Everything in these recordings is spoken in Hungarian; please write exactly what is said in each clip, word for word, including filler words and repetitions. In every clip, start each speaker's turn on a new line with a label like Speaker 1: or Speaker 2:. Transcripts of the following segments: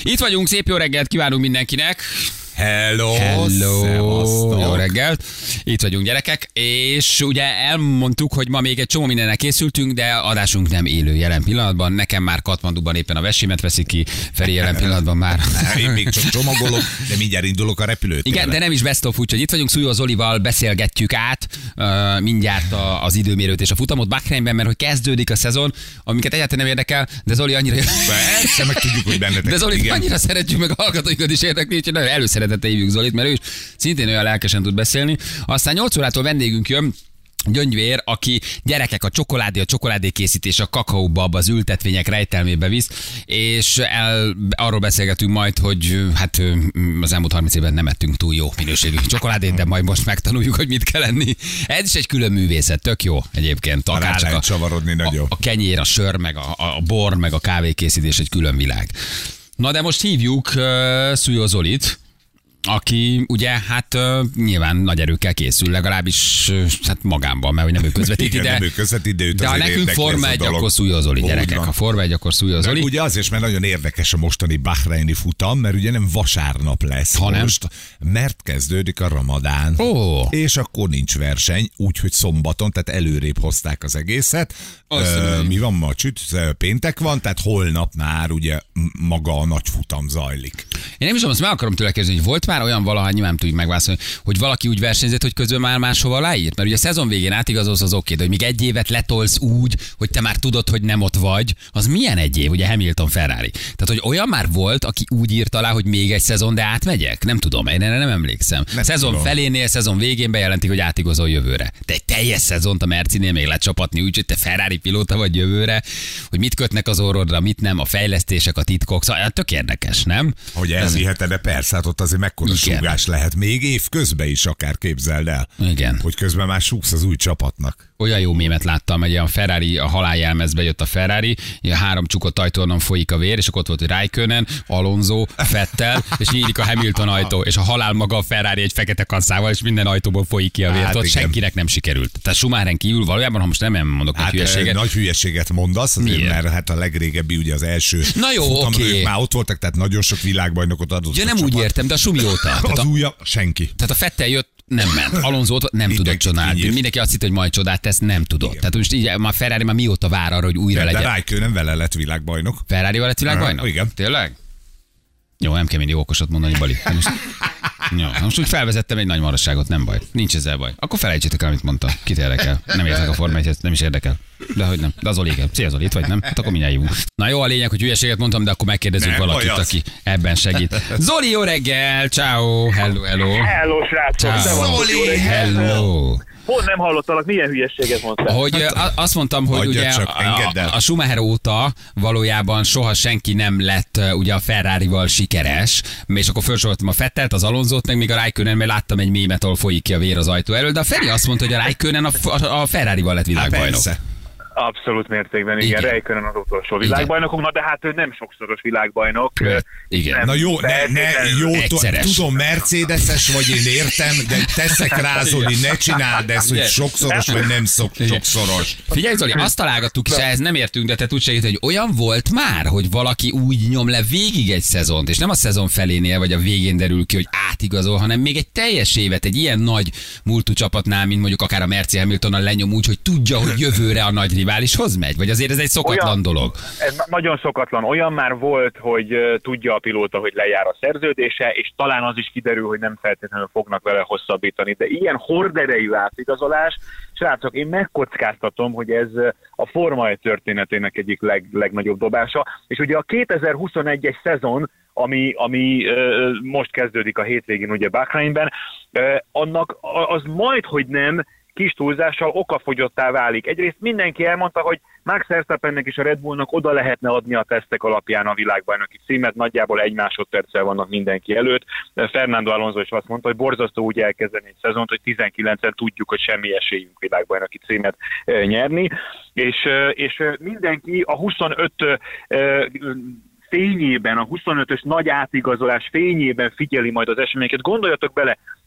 Speaker 1: Itt vagyunk, szép jó reggelt kívánunk mindenkinek.
Speaker 2: Hello,
Speaker 1: Hello. Jó reggelt. Itt vagyunk, gyerekek, és ugye elmondtuk, hogy ma még egy csomó mindennek készültünk, de adásunk nem élő jelen pillanatban. Nekem már Katmanduban éppen a vesimet veszik ki, Feri jelen pillanatban már.
Speaker 2: Én még csak csomagolok, de mindjárt indulok a repülőtérre.
Speaker 1: Igen, de nem is best of, úgyhogy itt vagyunk, Szújó Zolival beszélgetjük át uh, mindjárt a, az időmérőt és a futamot Bahreinben, mert hogy kezdődik a szezon, amiket egyáltalán nem érdekel, de Zoli annyira...
Speaker 2: Persze, meg tudjuk, hogy bennetek.
Speaker 1: De Zolit annyira szeretjük, meg a hallgatóinkat is érdekli, hogy nagyon előszeretette hívjuk Zolit, mert ő is szintén olyan lelkesen tud beszélni. Aztán nyolc órától vendégünk jön, Gyöngyvér, aki gyerekek a csokoládé, a csokoládékészítés, a kakaóbab, az ültetvények rejtelmébe visz, és el, arról beszélgetünk majd, hogy hát az elmúlt harminc évben nem ettünk túl jó minőségű csokoládét, de majd most megtanuljuk, hogy mit kell enni. Ez is egy külön művészet, tök jó egyébként.
Speaker 2: Rá lehet csavarodni, nagy jó.
Speaker 1: A, a kenyér, a sör, meg a, a bor, meg a kávékészítés egy külön világ. Na de most hívjuk uh, Szújó Zolit, aki ugye hát uh, nyilván nagy erőkkel készül, legalábbis uh, hát magánban, mert hogy nem ő közvetíti, de,
Speaker 2: nem ő közvetít, de,
Speaker 1: de ha nekünk Forma egy, akkor Szújó Zoli, gyerekek. Ha Forma egy, akkor Szújó Zoli.
Speaker 2: Ugye azért, mert nagyon érdekes a mostani bahreini futam, mert ugye nem vasárnap lesz
Speaker 1: ha
Speaker 2: most, mert kezdődik a ramadán.
Speaker 1: Oh.
Speaker 2: És akkor nincs verseny, úgyhogy szombaton, tehát előrébb hozták az egészet. Uh, mi van ma? Csüt, péntek van, tehát holnap már ugye maga a nagy futam zajlik.
Speaker 1: Én nem is tudom, azt meg akarom tőle kérdezni, hogy volt már olyan valaha, nyilván tudjuk megválaszolni, hogy valaki úgy versenyzett, hogy közben már máshova leírt? Mert ugye a szezon végén átigazolsz, az oké, de hogy még egy évet letolsz úgy, hogy te már tudod, hogy nem ott vagy, az milyen egy év, ugye Hamilton, Ferrari. Tehát, hogy olyan már volt, aki úgy írt alá, hogy még egy szezon, de átmegyek? Nem tudom, én erre nem emlékszem. Nem szezon tudom. Felénél, szezon végén bejelentik, hogy átigazol jövőre. De egy teljes szezont a Mercinél még lecsapatni, úgyhogy te Ferrari pilóta vagy jövőre, hogy mit kötnek az orrodra, mit nem, a fejlesztések, a titkok, szóval tök érdekes, nem?
Speaker 2: Hogy elviheted, de persze, hát ott azért mekkora súgás lehet, még év közben is akár, képzeld el.
Speaker 1: Igen.
Speaker 2: Hogy közben már súgsz az új csapatnak.
Speaker 1: Olyan jó mémet láttam, egy a Ferrari, a haláljelmezbe jött a Ferrari, a három csukott ajtónon folyik a vér, és akkor ott volt Raikkonen, Alonso, Vettel, és nyílik a Hamilton ajtó, és a halál maga a Ferrari egy fekete kasszával, és minden ajtóból folyik ki a vér. Hát ott igen. Senkinek nem sikerült. Tehát Schumacheren kívül valójában, ha most nem mondok
Speaker 2: hát,
Speaker 1: egy hülyeséget.
Speaker 2: Nagy hülyeséget mondasz, azért, mert hát a legrégebbi ugye az első
Speaker 1: na jó,
Speaker 2: futam,
Speaker 1: okay.
Speaker 2: Ők már ott voltak, tehát nagyon sok világbajnokot adott.
Speaker 1: Ja, nem úgy értem, de a Sumi óta.
Speaker 2: Az a, újja, senki.
Speaker 1: Tehát a Vettel jött, nem ment. Alonso nem mindenki tudott csodálni. Mindenki azt hitt, hogy majd csodát tesz, nem tudott. Igen. Tehát most így már Ferrari már mióta vár arra, hogy újra
Speaker 2: de
Speaker 1: legyen.
Speaker 2: De Raikkonen vele lett világbajnok.
Speaker 1: Ferrari-val lett világbajnok?
Speaker 2: Igen.
Speaker 1: Tényleg? Jó, nem kell mindig okosat mondani, Bali. Most, jó, most úgy felvezettem egy nagy marasságot, nem baj. Nincs ezzel baj. Akkor felejtsétek el, amit mondta. Kit érdekel? Nem értek a Forma egyhez, nem is érdekel. De hogy nem. De az Zoli, igen. Szia Zoli, itt vagy, nem? Hát akkor mindjárt jövünk. Na jó, a lényeg, hogy hülyeséget mondtam, de akkor megkérdezünk nem, valakit, aki ebben segít. Zoli, jó reggel! Ciao. Hello, hello.
Speaker 3: Hello, srácok!
Speaker 1: Zoli, hello!
Speaker 3: Pont nem hallottalak, milyen hülyességet mondtál?
Speaker 1: Hogy hát, azt mondtam, hogy ugye
Speaker 2: csak,
Speaker 1: a, a, a Schumacher óta valójában soha senki nem lett ugye a Ferrarival sikeres, és akkor felsoroltam a Vettelt, az Alonsót, meg még a Raikkonen, mert láttam egy mémet, ahol folyik ki a vér az ajtó elől, de a Feri azt mondta, hogy a Raikkonen a, a, a Ferrarival lett világbajnok.
Speaker 3: Abszolút mértékben, igen. igen. Raikkonen az utolsó világbajnokunk, na de hát ő nem sokszoros világbajnok.
Speaker 1: Igen.
Speaker 3: Nem,
Speaker 2: na jó, ne, ne, jó tudom, Mercedes-es vagy, én értem, de teszek rá, Zoli, ne csináld ezt, hogy sokszoros vagy nem szok, sokszoros.
Speaker 1: Figyelj, Zoli, azt találgattuk is, ehhez nem értünk, de te tudsz segíteni, hogy olyan volt már, hogy valaki úgy nyom le végig egy szezont, és nem a szezon felénél vagy a végén derül ki, hogy átigazol, hanem még egy teljes évet egy ilyen nagy múltú csapatnál, mint mondjuk akár a Merci Hamiltonnal lenyom úgy, hogy tudja, hogy jövőre a nagy riválishoz megy? Vagy azért ez egy szokatlan olyan, dolog?
Speaker 3: Ez nagyon szokatlan. Olyan már volt, hogy uh, tudja a pilóta, hogy lejár a szerződése, és talán az is kiderül, hogy nem feltétlenül fognak vele hosszabbítani. De ilyen horderejű átigazolás, srácok, én megkockáztatom, hogy ez a Forma egy történetének egyik leg, legnagyobb dobása. És ugye a kétezer-huszonegyes szezon, ami, ami uh, most kezdődik a hétvégén ugye Bahreinben, uh, annak az majd, hogy nem kis túlzással okafogyottá válik. Egyrészt mindenki elmondta, hogy Max Verstappennek és a Red Bullnak oda lehetne adni a tesztek alapján a világbajnoki címet, nagyjából egy másodperccel vannak mindenki előtt. Fernando Alonso is azt mondta, hogy borzasztó úgy elkezdeni egy szezont, hogy tizenkilencen tudjuk, hogy semmi esélyünk világbajnoki címet nyerni, és, és mindenki a huszonöt fényében, a huszonötös nagy átigazolás fényében figyeli majd az eseményeket. Gondoljatok bele,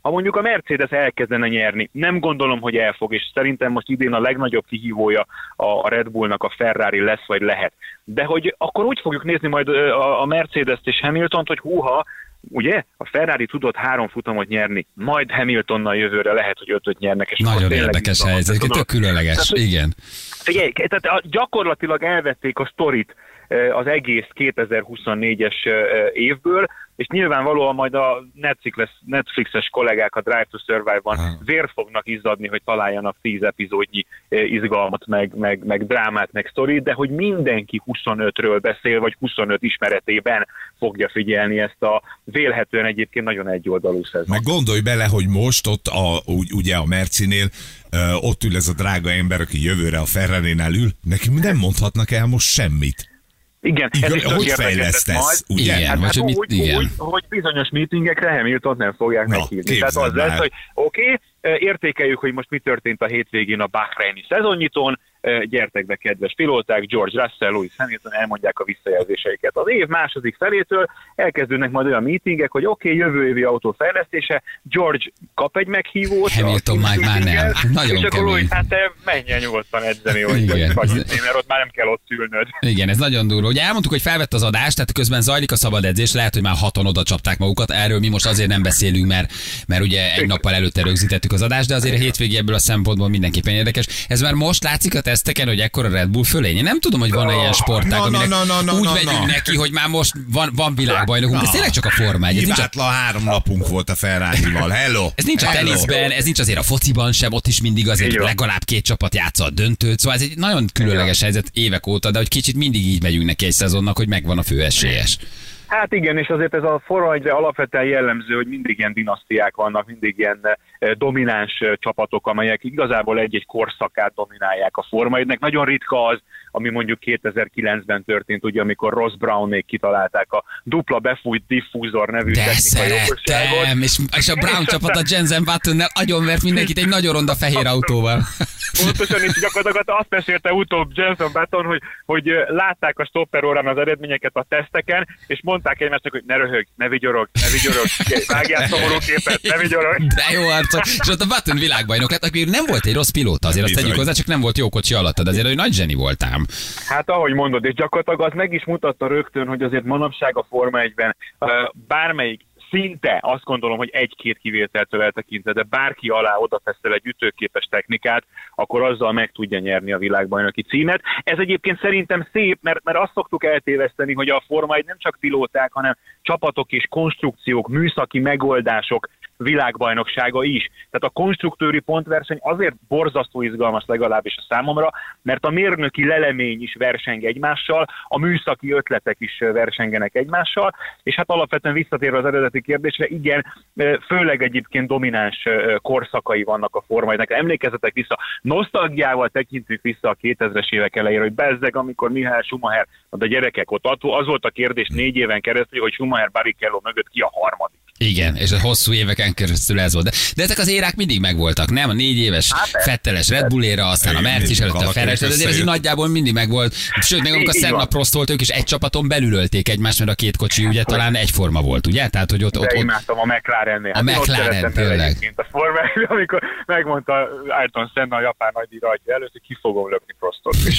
Speaker 3: Ha mondjuk a Mercedes elkezdene nyerni, nem gondolom, hogy el fog, és szerintem most idén a legnagyobb kihívója a Red Bullnak a Ferrari lesz, vagy lehet. De hogy akkor úgy fogjuk nézni majd a Mercedes-t és Hamiltont, hogy húha, ugye, a Ferrari tudott három futamot nyerni, majd Hamiltonnal jövőre lehet, hogy ötöt nyernek. És
Speaker 1: nagyon érdekes helyzet, tök különleges, tehát, igen.
Speaker 3: Figyelj, tehát gyakorlatilag elvették a sztorit az egész kétezer-huszonnégyes évből, és nyilvánvalóan majd a Netflix, Netflixes kollégák a Drive to Survive-ban vért fognak izzadni, hogy találjanak tíz epizódnyi izgalmat, meg, meg, meg drámát, meg sztorit, de hogy mindenki huszonötről beszél, vagy huszonöt ismeretében fogja figyelni ezt a vélhetően egyébként nagyon egyoldalú szezon.
Speaker 2: Meg gondolj bele, hogy most ott a, ugye a Mercinél ott ül ez a drága ember, aki jövőre a Ferrarinál ül, neki nem mondhatnak el most semmit.
Speaker 3: Igen, ez is
Speaker 2: hogy fejlesztesz, ugye?
Speaker 1: Igen,
Speaker 3: hát,
Speaker 1: vagy
Speaker 3: hát,
Speaker 1: mit,
Speaker 3: úgy,
Speaker 1: igen.
Speaker 3: Úgy, hogy bizonyos meetingekre Hamiltont nem fogják
Speaker 2: Na,
Speaker 3: meghívni. Tehát az lesz, hogy oké, okay, értékeljük, hogy most mi történt a hétvégén a Bahreini szezonnyitón, gyertek be, kedves pilóták, George Russell, Lewis Hamilton, elmondják a visszajelzéseiket. Az év második felétől elkezdődnek majd olyan meetingek, hogy oké, okay, jövő évi autó fejlesztése, George kap egy meghívót.
Speaker 1: Hamilton már, már nem. Nagyon
Speaker 3: és akkor
Speaker 1: kemény.
Speaker 3: úgy, hát te menjen nyugodtan edzeni, hogy vagy, mert ott már nem kell ott ülnöd.
Speaker 1: Igen, ez nagyon durva. Ugye elmondtuk, hogy felvett az adást, tehát közben zajlik a szabad edzés, lehet, hogy már haton oda csapták magukat. Erről mi most azért nem beszélünk, mert, mert ugye egy nappal előtte rögzítettük az adást, de azért a hétvégi ebből a szempontból mindenképpen érdekes. Ez már most látszik a teszteken, hogy ekkor a Red Bull fölénye. Nem tudom, hogy van-e ilyen sportág, aminek
Speaker 2: no, no, no,
Speaker 1: úgy
Speaker 2: no,
Speaker 1: megyünk
Speaker 2: no.
Speaker 1: neki, hogy már most van, van világbajnokunk. Ez tényleg csak a Forma egy.
Speaker 2: Hibátlan három napunk volt a Ferrari-val. Hello!
Speaker 1: Ez nincs a
Speaker 2: Hello.
Speaker 1: teniszben, ez nincs azért a fociban sem, ott is mindig azért legalább két csapat játsza a döntőt. Szóval ez egy nagyon különleges helyzet évek óta, de hogy kicsit mindig így megyünk neki egy szezonnak, hogy megvan a főesélyes.
Speaker 3: Hát igen, és azért ez a Forma egyre alapvetően jellemző, hogy mindig ilyen dinasztiák vannak, mindig ilyen domináns csapatok, amelyek igazából egy-egy korszakát dominálják a Forma egynek. Nagyon ritka az, ami mondjuk kétezer-kilencben történt, ugye, amikor Ross Brownék kitalálták a dupla befújt diffúzor nevű
Speaker 1: de
Speaker 3: technikai
Speaker 1: szerettem, és, és a Brown csapat a Jensen Buttonnel agyonvert mindenkit egy nagyon ronda fehér autóval.
Speaker 3: Pontosan, és gyakorlatilag azt mesélte utóbb Jensen Button, hogy, hogy látták a stopper órán az eredményeket a teszteken, és mondták egymásnak, hogy ne röhög, ne vigyorog, ne vigyorog, vágjál szomorú képet, ne vigyorog.
Speaker 1: De jó arcok. És ott a Button világbajnok lett, aki nem volt egy rossz pilóta, azért azt tegyük hozzá, csak nem volt jó kocsi alatt, de azért egy nagy zseni voltám.
Speaker 3: Hát ahogy mondod, és gyakorlatilag az meg is mutatta rögtön, hogy azért manapság a Forma egyben bármelyik szinte azt gondolom, hogy egy-két kivételtől eltekintve, de bárki alá oda teszel egy ütőképes technikát, akkor azzal meg tudja nyerni a világbajnoki címet. Ez egyébként szerintem szép, mert, mert azt szoktuk eltéveszteni, hogy a Forma egy nem csak pilóták, hanem csapatok és konstrukciók, műszaki megoldások világbajnoksága is. Tehát a konstruktőri pontverseny azért borzasztó izgalmas legalábbis a számomra, mert a mérnöki lelemény is verseng egymással, a műszaki ötletek is versengenek egymással, és hát alapvetően visszatérve az eredeti kérdésre, igen, főleg egyébként domináns korszakai vannak a Forma egynek. Emlékezzetek vissza, nosztalgiával tekintünk vissza a kétezres évek elejére, hogy bezzeg, amikor Michael Schumacher, a gyerekek ott, az volt a kérdés négy éven keresztül, hogy Schumacher Barrichello mögött ki a harmadik.
Speaker 1: Igen, és a hosszú éveken keresztül ez volt. De, de ezek az érák mindig megvoltak, nem? A négy éves hát, Fetteles Red Bull éra, aztán a Mercedes előtt a Ferrari, de azért ez nagyjából mindig megvolt. Sőt, még amikor a Senna Prost volt, ők is egy csapaton belülölték egymást, mert a két kocsi ugye talán egyforma volt, ugye? Tehát, hogy ott, ott, ott...
Speaker 3: imádtam a McLarennél.
Speaker 1: A hát McLaren, tényleg.
Speaker 3: A Forma, amikor megmondta Ayrton Senna a japán nagydíjra, hogy először ki fogom lökni Prostot. És,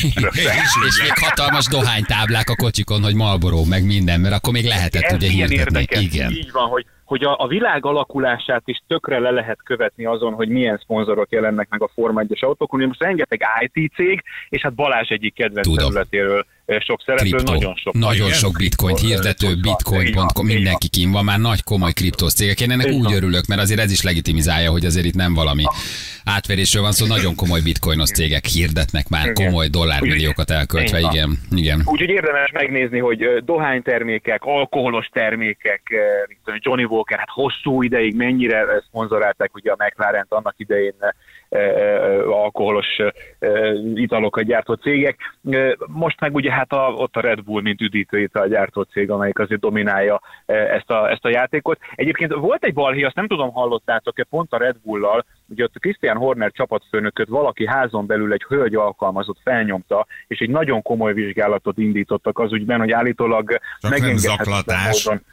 Speaker 1: és még hatalmas dohánytáblák a kocsikon, hogy Marlboro, meg minden, mert akkor még lehetett
Speaker 3: ez
Speaker 1: ugye hirdetni.
Speaker 3: Igen. Így van, hogy hogy a, a világ alakulását is tökre le lehet követni azon, hogy milyen szponzorok jelennek meg a Forma egyes autókon. Most rengeteg i té cég, és hát Balázs egyik kedvenc Tudom. területéről sok szereplő,
Speaker 1: Kripto.
Speaker 3: nagyon sok.
Speaker 1: Nagyon sok bitcoint hirdető, bitcoin pont com, mindenki kín van, már nagy komoly kriptos cégek. Én ennek úgy örülök, mert azért ez is legitimizálja, hogy azért itt nem valami átverésről van szó, nagyon komoly bitcoinos cégek hirdetnek már komoly dollármilliókat elköltve, igen. igen.
Speaker 3: Úgyhogy érdemes megnézni, hogy dohánytermékek, alkoholos termékek, Johnny Walker, hát hosszú ideig mennyire szponzorálták ugye a McLarent annak idején alkoholos italokat gyártó cégek. Most meg ugye hát a, ott a Red Bull, mint üdítőital gyártó cég, amelyik azért dominálja ezt a, ezt a játékot. Egyébként volt egy balhé, azt nem tudom, hallottátok-e, pont a Red Bull-lal, ugye ott Christian Horner csapatfőnököt valaki házon belül egy hölgy alkalmazott felnyomta, és egy nagyon komoly vizsgálatot indítottak az ügyben, hogy állítólag megengedhetetlen módon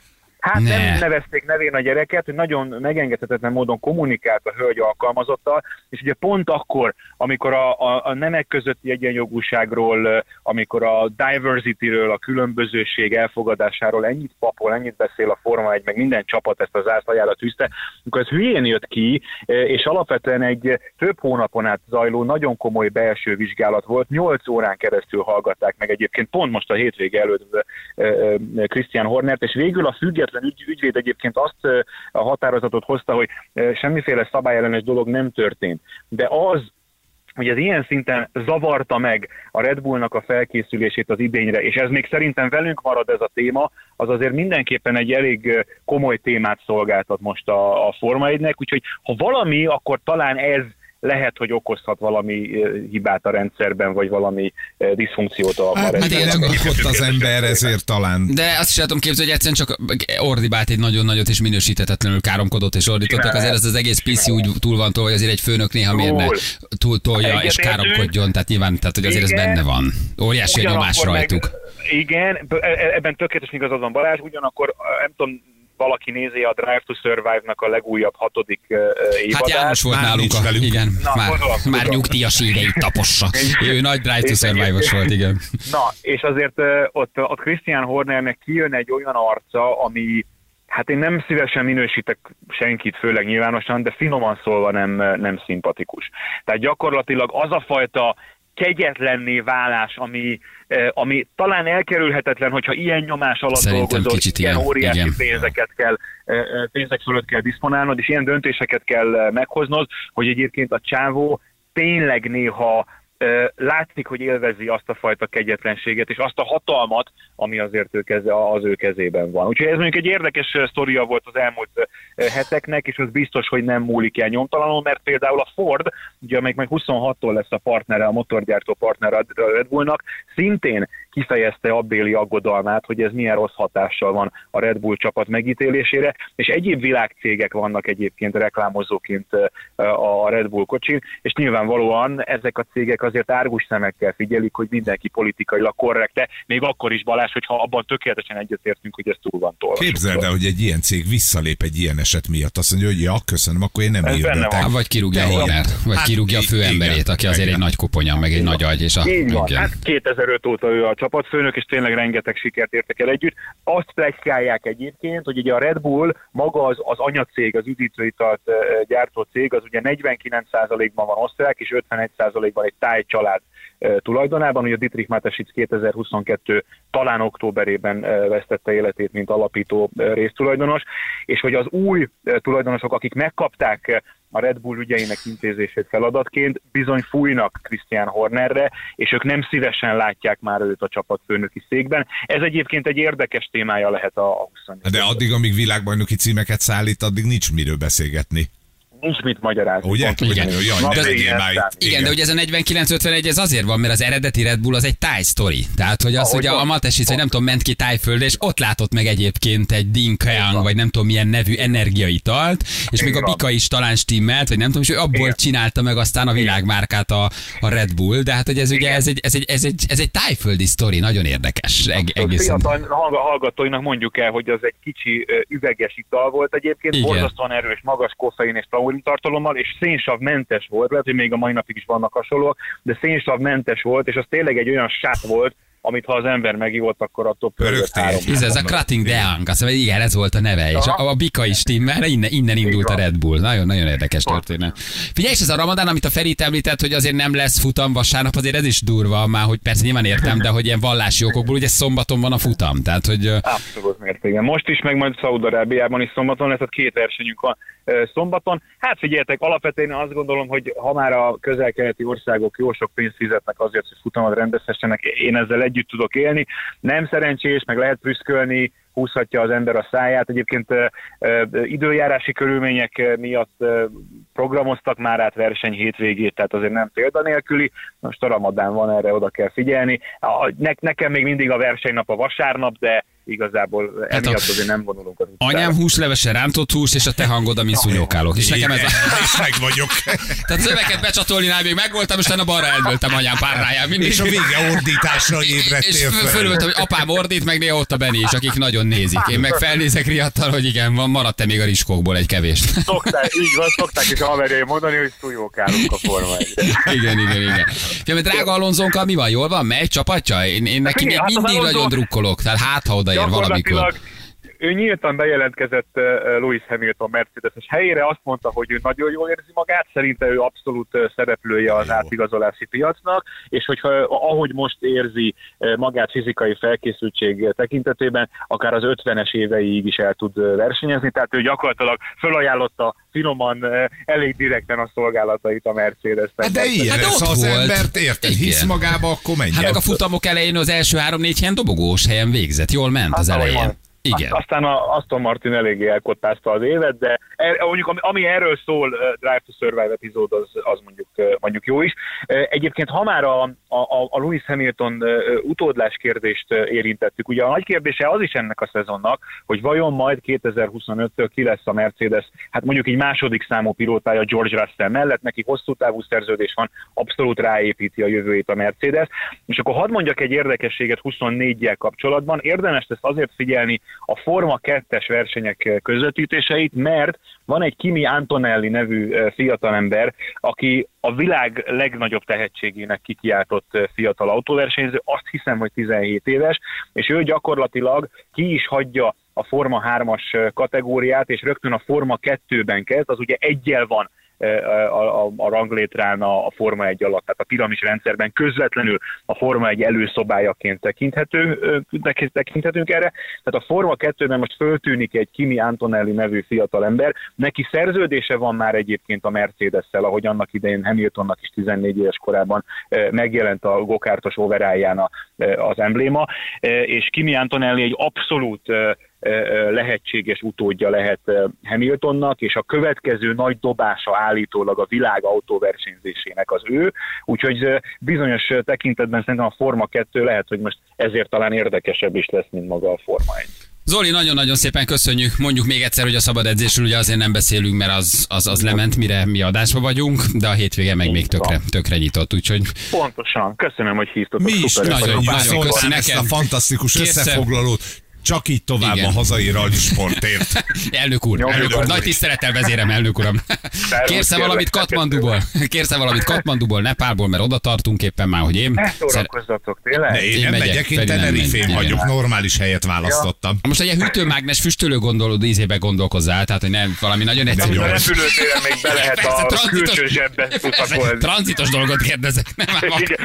Speaker 3: Hát
Speaker 1: ne.
Speaker 3: nem nevezték nevén a gyereket, hogy nagyon megengedhetetlen módon kommunikált a hölgy alkalmazottal, és ugye pont akkor, amikor a, a, a nemek közötti egyenjogúságról, amikor a diversity-ről, a különbözőség elfogadásáról ennyit papol, ennyit beszél a Forma egy, meg minden csapat ezt az zászlajára tűzte, amikor ez hülyén jött ki, és alapvetően egy több hónapon át zajló, nagyon komoly belső vizsgálat volt, nyolc órán keresztül hallgatták meg egyébként, pont most a hétvége előtt Christian Hornert, és végül a független ügy, ügyvéd egyébként azt a határozatot hozta, hogy semmiféle szabályellenes dolog nem történt. De az, hogy ez ilyen szinten zavarta meg a Red Bullnak a felkészülését az idényre, és ez még szerintem velünk marad ez a téma, az azért mindenképpen egy elég komoly témát szolgáltat most a, a Forma egynek, úgyhogy ha valami, akkor talán ez lehet, hogy okozhat valami hibát a rendszerben, vagy valami diszfunkciót a
Speaker 2: hát,
Speaker 3: rendszerben.
Speaker 2: Hát nem bukott az ember, ezért talán.
Speaker 1: De azt is látom képzelni, hogy egyszerűen csak ordibált egy nagyon nagyot, és minősíthetetlenül káromkodott, és ordítottak. Azért az, az egész pé cé úgy túl van tolva, hogy azért egy főnök néha miért ne túl tolja, és káromkodjon. Tehát nyilván, tehát, hogy azért ez benne van. Óriási a nyomás rajtuk.
Speaker 3: Meg, igen, ebben tökéletesen igazad van, Balázs, ugyanakkor nem tudom, valaki nézi a Drive to Survive-nak a legújabb hatodik uh, évadát.
Speaker 1: Hát János volt
Speaker 2: már
Speaker 1: nálunk, a, igen,
Speaker 3: Na,
Speaker 1: már,
Speaker 3: tudom,
Speaker 1: már
Speaker 3: tudom.
Speaker 1: nyugdíjas éveit tapossa. Ő nagy Drive to Survive-os volt, igen.
Speaker 3: Na, és azért uh, ott, ott Christian Hornernek kijön egy olyan arca, ami, hát én nem szívesen minősítek senkit, főleg nyilvánosan, de finoman szólva nem, nem szimpatikus. Tehát gyakorlatilag az a fajta kegyetlenné válás, ami, ami talán elkerülhetetlen, hogyha ilyen nyomás alatt
Speaker 1: Szerintem
Speaker 3: dolgozol, ilyen, ilyen óriási
Speaker 1: igen.
Speaker 3: pénzeket kell, pénzek fölött kell diszponálnod, és ilyen döntéseket kell meghoznod, hogy egyébként a csávó tényleg néha látszik, hogy élvezi azt a fajta kegyetlenséget, és azt a hatalmat, ami azért ő keze, az ő kezében van. Úgyhogy ez mondjuk egy érdekes sztoria volt az elmúlt heteknek, és az biztos, hogy nem múlik el nyomtalanul, mert például a Ford, ugye amelyik meg huszonhattól lesz a partnere, a motorgyártó partnere a Red Bullnak, szintén kifejezte abbéli aggodalmát, hogy ez milyen rossz hatással van a Red Bull csapat megítélésére, és egyéb világcégek vannak egyébként reklámozóként a Red Bull kocsin, és nyilvánvalóan ezek a cégek azért árgus szemekkel figyelik, hogy mindenki politikailag korrekte, még akkor is, Balázs, hogyha abban tökéletesen egyetértünk, hogy ez túl van tolva.
Speaker 2: Képzeld el, hogy egy ilyen cég visszalép egy ilyen eset miatt, azt mondja, hogy ja, köszönöm, akkor én nem érdetek.
Speaker 1: Vagy kirúgja Horner, vagy
Speaker 2: hát,
Speaker 1: kirúgja a főemberét,
Speaker 2: igen,
Speaker 1: aki azért
Speaker 2: igen.
Speaker 1: egy nagy koponya, meg egy nagy agy. És a,
Speaker 3: Így van,
Speaker 1: igen.
Speaker 3: hát kétezer-öt óta ő a csapatfőnök, és tényleg rengeteg sikert értek el együtt. Azt pletykálják egyébként, hogy ugye a Red Bull maga az, az anyacég, az üdítőitalt gyártó cég, az ugye negyvenkilenc százalékban van osztrák, és ötvenegy százalékban egy táj család tulajdonában. Ugye Dietrich Mateschitz kétezer-huszonkettő talán októberében vesztette életét, mint alapító résztulajdonos, és hogy az új tulajdonosok, akik megkapták a Red Bull ügyeinek intézését feladatként, bizony fújnak Christian Hornerre, és ők nem szívesen látják már őt a csapatfőnöki székben. Ez egyébként egy érdekes témája lehet a, a huszonnégy.
Speaker 2: De addig, amíg világbajnoki címeket szállít, addig nincs miről beszélgetni.
Speaker 3: Nincs mit magyarázni.
Speaker 2: Ugye?
Speaker 3: Pont,
Speaker 1: Igen.
Speaker 2: Jaj,
Speaker 3: Na,
Speaker 2: ne
Speaker 3: de
Speaker 2: legyél
Speaker 3: ilyen
Speaker 2: már itt.
Speaker 3: számít.
Speaker 1: Igen, de ugye ez a negyvenkilenc ötvenegy ez azért van, mert az eredeti Red Bull az egy tájsztori. Tehát, hogy az,
Speaker 3: Ahogy
Speaker 1: hogy a, a
Speaker 3: van.
Speaker 1: Mateschitz, hogy nem tudom, ment ki Tájföldre, és ott látott meg egyébként egy Dean Keang, vagy nem tudom milyen nevű energiaitalt, és még a
Speaker 3: van.
Speaker 1: Bika is talán stimmelt, vagy nem tudom, és ő abból
Speaker 3: Igen.
Speaker 1: csinálta meg aztán a világmárkát a, a Red Bull, de hát, hogy ez ugye ez egy, ez egy, ez egy, ez egy tájföldi sztori, nagyon érdekes. Eg, egészen.
Speaker 3: Fiatal hallgatóinak mondjuk el, hogy az egy kicsi ö, üveges ital volt egyébként,
Speaker 1: Igen.
Speaker 3: borzasztóan erős, magas koffein és taurin tartalommal, és szénsavmentes volt, lehet, hogy még a mai napig is vannak hasonlóak, de szénsavmentes volt, és az tényleg egy olyan sát volt, amit ha az ember megívott, akkor attól pörgött
Speaker 2: Örökté.
Speaker 3: három.
Speaker 1: Ez, ez a Krating Deang, azt mondja, igen, ez volt a neve, és a, a Bika is stimmel, innen, innen indult a Red Bull. Nagyon-nagyon érdekes történet. Figyelj, és ez a Ramadán, amit a Ferit említett, hogy azért nem lesz futam vasárnap, azért ez is durva, már hogy persze nyilván értem, de hogy ilyen vallási okokból, ugye szombaton van a futam, tehát hogy...
Speaker 3: Abszolút mértékben. Most is, meg majd Szaúd-Arábiában is szombaton lesz, tehát két versenyünk van szombaton. Hát figyeljetek, alapvetően azt gondolom, hogy ha már a közel-keleti országok jó sok pénzt fizetnek azért, hogy futamot rendezhessenek, én ezzel együtt tudok élni. Nem szerencsés, meg lehet prüszkölni, húzhatja az ember a száját. Egyébként uh, uh, időjárási körülmények miatt uh, programoztak már át verseny hétvégét, tehát azért nem példanélküli. Most a Ramadán van, erre oda kell figyelni. A, ne, nekem még mindig a versenynap a vasárnap, de igazából
Speaker 1: Hát
Speaker 3: emiatt
Speaker 1: a-
Speaker 3: azért nem vonulunk az utcára.
Speaker 1: Anyám húslevese, rántott hús, és a te hangod, amin szúnyókálok. És nekem ez a...
Speaker 2: És meg vagyok.
Speaker 1: Tehát az öveket becsatolni rá még megvoltam, és utána balra eldőltem anyám párnáján. Mindig.
Speaker 2: És a vége ordításra
Speaker 1: És
Speaker 2: ébredtél fel.
Speaker 1: fölültem, hogy apám ordít, meg néha ott a Benni is, akik nagyon nézik. Én meg felnézek riadtan, hogy igen, van, maradt-e még a riskókból egy kevés.
Speaker 3: Szokták, így van, szokták is a haverjai mondani, hogy szújókálunk a Forma egyre.
Speaker 1: Igen, igen, igen. Ja, mert drága Alonzónkkal mi van? Jól van? Megy? Csapatja? Én, én neki még
Speaker 3: Hát az
Speaker 1: mindig
Speaker 3: Alonso-
Speaker 1: nagyon drukkolok. Tehát hát, ha odaér valamikor.
Speaker 3: Gyakorlatilag ő nyíltan bejelentkezett uh, Lewis Hamilton Mercedes-es helyére, azt mondta, hogy ő nagyon jól érzi magát, szerinte ő abszolút uh, szereplője az
Speaker 2: Jó.
Speaker 3: átigazolási piacnak, és hogyha ahogy most érzi uh, magát fizikai felkészültség tekintetében, akár az ötvenes éveiig is el tud uh, versenyezni, tehát ő gyakorlatilag fölajánlotta finoman, uh, elég direkten a szolgálatait a Mercedesnek.
Speaker 2: Hát de ilyen
Speaker 1: Hát de
Speaker 2: lesz,
Speaker 1: ott
Speaker 2: ha az
Speaker 1: volt.
Speaker 2: embert érted, hisz
Speaker 1: Igen.
Speaker 2: magába, akkor menjen.
Speaker 1: Hát meg a futamok elején az első három-négy helyen dobogós helyen végzett. Jól ment az
Speaker 3: Hát, ahogy
Speaker 1: elején.
Speaker 3: van.
Speaker 1: Igen.
Speaker 3: Aztán a Aston Martin eléggé elkottázta az évet, de er, mondjuk ami, ami erről szól uh, Drive to Survive epizód, az, az mondjuk, uh, mondjuk jó is. Uh, egyébként ha már a, a, a Lewis Hamilton uh, utódlás kérdést uh, érintettük, ugye a nagy kérdése az is ennek a szezonnak, hogy vajon majd kétezer-huszonöttől ki lesz a Mercedes, hát mondjuk egy második számú pilótája George Russell mellett, neki hosszú távú szerződés van, abszolút ráépíti a jövőjét a Mercedes. És akkor hadd mondjak egy érdekességet huszonnégyel kapcsolatban, érdemes ezt azért figyelni, a Forma kettes versenyek közvetítéseit, mert van egy Kimi Antonelli nevű fiatalember, aki a világ legnagyobb tehetségének kikiáltott fiatal autóversenyző, azt hiszem, hogy tizenhét éves, és ő gyakorlatilag ki is hagyja a Forma hármas kategóriát, és rögtön a Forma kettőben kezd, az ugye egyel van a, a, a ranglétrán a, a Forma egy alatt, tehát a piramis rendszerben közvetlenül a Forma egy előszobályaként tekinthető, tekinthetünk erre. Tehát a Forma kettőben most föltűnik egy Kimi Antonelli nevű fiatalember, neki szerződése van már egyébként a Mercedes-szel, ahogy annak idején Hamiltonnak is tizennégy éves korában megjelent a gokártos overallján az embléma, és Kimi Antonelli egy abszolút lehetséges utódja lehet Hamiltonnak, és a következő nagy dobása állítólag a világ autóversenyzésének az ő, úgyhogy bizonyos tekintetben szerintem a Forma kettő lehet, hogy most ezért talán érdekesebb is lesz, mint maga a Forma egy.
Speaker 1: Zoli, nagyon-nagyon szépen köszönjük. Mondjuk még egyszer, hogy a szabad edzésről ugye azért nem beszélünk, mert az, az, az lement, mire mi adásba vagyunk, de a hétvége meg még tökre, tökre nyitott, úgyhogy...
Speaker 3: Pontosan. Köszönöm, hogy hívtatok.
Speaker 2: Mi is
Speaker 3: Szuper,
Speaker 1: nagyon,
Speaker 3: vagyok.
Speaker 1: nagyon
Speaker 2: szóltál
Speaker 1: köszi
Speaker 2: ezt
Speaker 1: nekem.
Speaker 2: a fantasztikus
Speaker 1: Kérszem.
Speaker 2: összefoglalót. Csak így tovább
Speaker 1: Igen.
Speaker 2: a hazai rallisportért.
Speaker 1: Elnök úr,
Speaker 3: Nyomjuk
Speaker 1: elnök úr,
Speaker 3: az.
Speaker 1: nagy tisztelettel vezérem, elnök uram. Kérsz-e valamit Katmanduból? Kérsz-e valamit Katmanduból, Nepálból, mert oda tartunk éppen már, hogy én...
Speaker 3: Ne
Speaker 1: Szer-
Speaker 3: szórakozzatok, tényleg?
Speaker 2: De én,
Speaker 1: Én
Speaker 2: nem
Speaker 1: megyek,
Speaker 2: megyek, én
Speaker 1: Feri nem
Speaker 2: Tenerifén
Speaker 1: megy.
Speaker 2: vagyok,
Speaker 1: Igen.
Speaker 2: normális helyet választottam.
Speaker 1: Most egy hűtőmágnes füstölő gondolód ízébe gondolkozzál, tehát hogy nem valami nagyon
Speaker 3: Amit
Speaker 1: egyszerű.
Speaker 3: a repülőtéren még be lehet
Speaker 1: Persze,
Speaker 3: a
Speaker 1: tranzitos-
Speaker 3: külső zsebbe tutakolni.
Speaker 1: Tranzitos dolgot kérdezek, nem ám,
Speaker 3: Igen.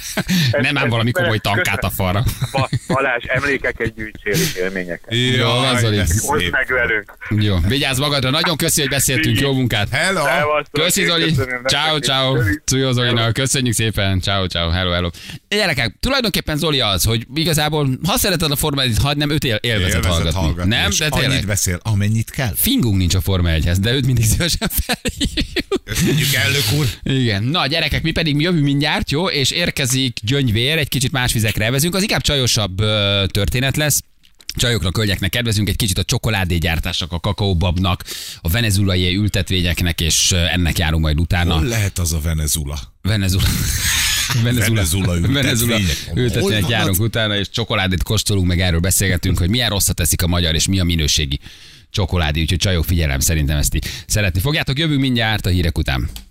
Speaker 1: nem ám valami komoly tankát a falra.
Speaker 3: Ba- Balázs, emlékeket gyűjtsél és élményeket.
Speaker 1: Jó, van, Zoli.
Speaker 2: de
Speaker 3: Hozd
Speaker 2: szép.
Speaker 3: meg velünk.
Speaker 1: Jó, vigyázz magadra, nagyon köszi, hogy beszéltünk, jó munkát.
Speaker 2: Hello!
Speaker 3: Szevasztok,
Speaker 1: Köszi,
Speaker 3: én
Speaker 1: Zoli.
Speaker 3: köszönöm nektek
Speaker 1: Ciao,
Speaker 3: is.
Speaker 1: ciao.
Speaker 3: Zoli.
Speaker 1: Ciao, Zolinak. Köszönjük szépen. Ciao, ciao. Hello, hello. Gyerekek, tulajdonképpen Zoli az, hogy igazából, ha szereted a Forma egyet, hagyd, nem, őt él, élvezett
Speaker 2: Élvezett
Speaker 1: hallgatni.
Speaker 2: hallgatni.
Speaker 1: Nem,
Speaker 2: és
Speaker 1: de tényleg.
Speaker 2: annyit beszél, amennyit kell.
Speaker 1: Fingunk nincs a Forma egyhez, de őt mindig szívesen felhívjuk.
Speaker 2: Köszönjük, elnök úr!
Speaker 1: Igen. Na, gyerekek, mi pedig mi jövünk mindjárt, jó? És érkezik Gyöngyvér, egy kicsit más vizekre elvezünk. Az inkább csajosabb ö, történet lesz. Csajoknak, hölgyeknek kedvezünk egy kicsit a csokoládégyártásnak, a kakaóbabnak, a venezuelai ültetvényeknek, és ö, ennek járunk majd utána.
Speaker 2: Hol lehet az a Venezuela?
Speaker 1: Venezuela.
Speaker 2: Venezuela ültetvények.
Speaker 1: Venezuela
Speaker 2: Hol
Speaker 1: ültetvények
Speaker 2: van
Speaker 1: járunk
Speaker 2: az?
Speaker 1: utána, és csokoládét kóstolunk, meg erről beszélgetünk, hogy milyen rosszat teszik a magyar, és mi a minőségi csokoládé. Úgyhogy csajok, figyelem, szerintem ezt így szeretni fogjátok. Jövünk mindjárt a hírek után.